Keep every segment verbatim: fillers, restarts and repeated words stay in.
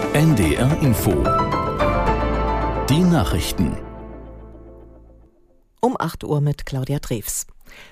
N D R Info. Die Nachrichten. Um acht Uhr mit Claudia Drews.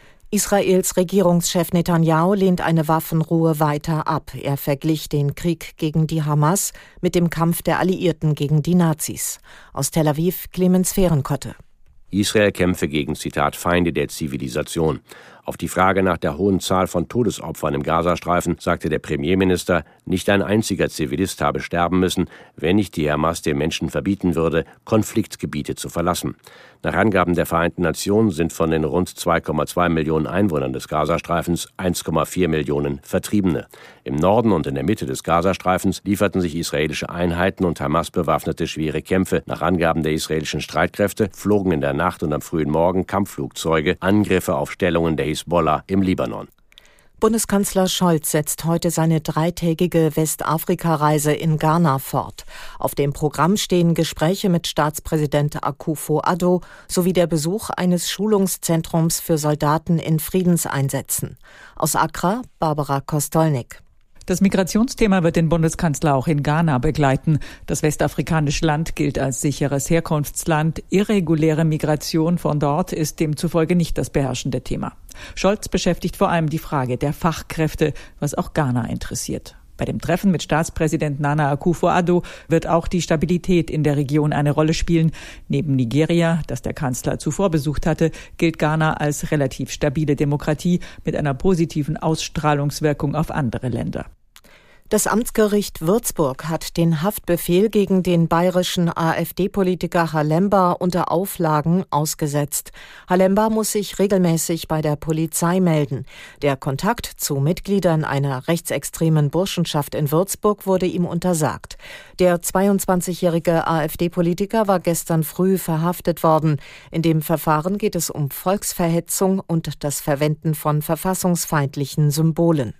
Israels Regierungschef Netanyahu lehnt eine Waffenruhe weiter ab. Er verglich den Krieg gegen die Hamas mit dem Kampf der Alliierten gegen die Nazis. Aus Tel Aviv Clemens Fehrenkotte. Israel kämpfe gegen, Zitat, Feinde der Zivilisation. Auf die Frage nach der hohen Zahl von Todesopfern im Gazastreifen sagte der Premierminister, nicht ein einziger Zivilist habe sterben müssen, wenn nicht die Hamas den Menschen verbieten würde, Konfliktgebiete zu verlassen. Nach Angaben der Vereinten Nationen sind von den rund zwei Komma zwei Millionen Einwohnern des Gazastreifens eins Komma vier Millionen Vertriebene. Im Norden und in der Mitte des Gazastreifens lieferten sich israelische Einheiten und Hamas-bewaffnete schwere Kämpfe. Nach Angaben der israelischen Streitkräfte flogen in der Nacht und am frühen Morgen Kampfflugzeuge Angriffe auf Stellungen der Hisbollah im Libanon. Bundeskanzler Scholz setzt heute seine dreitägige Westafrika-Reise in Ghana fort. Auf dem Programm stehen Gespräche mit Staatspräsident Akufo-Addo sowie der Besuch eines Schulungszentrums für Soldaten in Friedenseinsätzen. Aus Accra, Barbara Kostolnik. Das Migrationsthema wird den Bundeskanzler auch in Ghana begleiten. Das westafrikanische Land gilt als sicheres Herkunftsland. Irreguläre Migration von dort ist demzufolge nicht das beherrschende Thema. Scholz beschäftigt vor allem die Frage der Fachkräfte, was auch Ghana interessiert. Bei dem Treffen mit Staatspräsident Nana Akufo-Addo wird auch die Stabilität in der Region eine Rolle spielen. Neben Nigeria, das der Kanzler zuvor besucht hatte, gilt Ghana als relativ stabile Demokratie mit einer positiven Ausstrahlungswirkung auf andere Länder. Das Amtsgericht Würzburg hat den Haftbefehl gegen den bayerischen AfD-Politiker Halemba unter Auflagen ausgesetzt. Halemba muss sich regelmäßig bei der Polizei melden. Der Kontakt zu Mitgliedern einer rechtsextremen Burschenschaft in Würzburg wurde ihm untersagt. Der zweiundzwanzigjährige AfD-Politiker war gestern früh verhaftet worden. In dem Verfahren geht es um Volksverhetzung und das Verwenden von verfassungsfeindlichen Symbolen.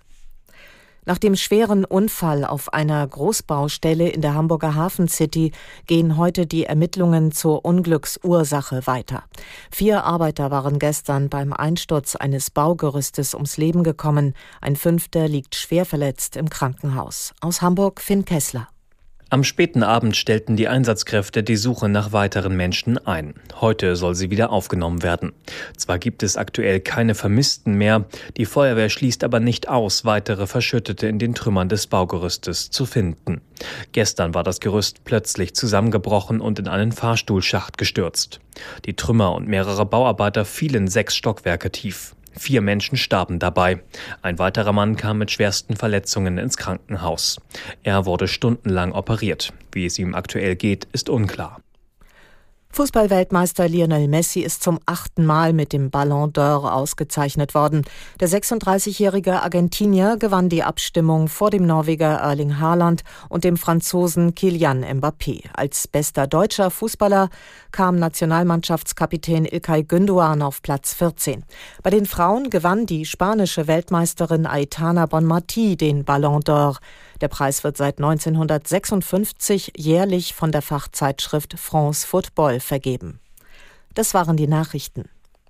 Nach dem schweren Unfall auf einer Großbaustelle in der Hamburger Hafen City gehen heute die Ermittlungen zur Unglücksursache weiter. Vier Arbeiter waren gestern beim Einsturz eines Baugerüstes ums Leben gekommen. Ein fünfter liegt schwer verletzt im Krankenhaus. Aus Hamburg Finn Kessler. Am späten Abend stellten die Einsatzkräfte die Suche nach weiteren Menschen ein. Heute soll sie wieder aufgenommen werden. Zwar gibt es aktuell keine Vermissten mehr, die Feuerwehr schließt aber nicht aus, weitere Verschüttete in den Trümmern des Baugerüstes zu finden. Gestern war das Gerüst plötzlich zusammengebrochen und in einen Fahrstuhlschacht gestürzt. Die Trümmer und mehrere Bauarbeiter fielen sechs Stockwerke tief. Vier Menschen starben dabei. Ein weiterer Mann kam mit schwersten Verletzungen ins Krankenhaus. Er wurde stundenlang operiert. Wie es ihm aktuell geht, ist unklar. Fußballweltmeister Lionel Messi ist zum achten Mal mit dem Ballon d'Or ausgezeichnet worden. Der sechsunddreißigjährige Argentinier gewann die Abstimmung vor dem Norweger Erling Haaland und dem Franzosen Kylian Mbappé. Als bester deutscher Fußballer kam Nationalmannschaftskapitän Ilkay Gündoğan auf Platz vierzehn. Bei den Frauen gewann die spanische Weltmeisterin Aitana Bonmatí den Ballon d'Or. Der Preis wird seit neunzehnhundertsechsundfünfzig jährlich von der Fachzeitschrift France Football vergeben. Das waren die Nachrichten.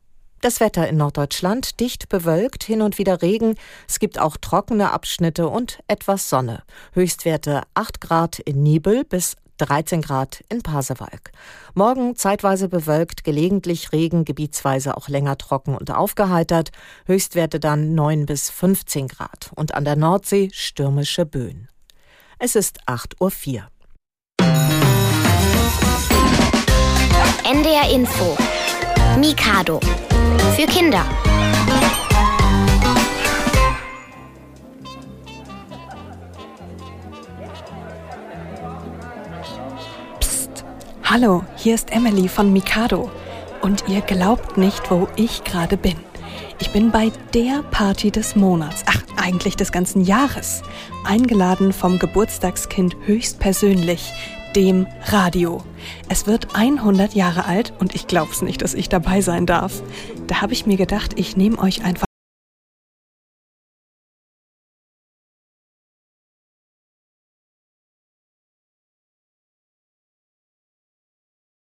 Das Wetter in Norddeutschland dicht bewölkt, hin und wieder Regen. Es gibt auch trockene Abschnitte und etwas Sonne. Höchstwerte acht Grad in Nibel bis dreizehn Grad in Pasewalk. Morgen zeitweise bewölkt, gelegentlich Regen, gebietsweise auch länger trocken und aufgeheitert. Höchstwerte dann neun bis fünfzehn Grad. Und an der Nordsee stürmische Böen. Es ist acht Uhr vier. N D R Info. Mikado. Für Kinder. Hallo, hier ist Emily von Mikado. Und ihr glaubt nicht, wo ich gerade bin. Ich bin bei der Party des Monats, ach, eigentlich des ganzen Jahres. Eingeladen vom Geburtstagskind höchstpersönlich, dem Radio. Es wird hundert Jahre alt und ich glaub's nicht, dass ich dabei sein darf. Da habe ich mir gedacht, ich nehme euch einfach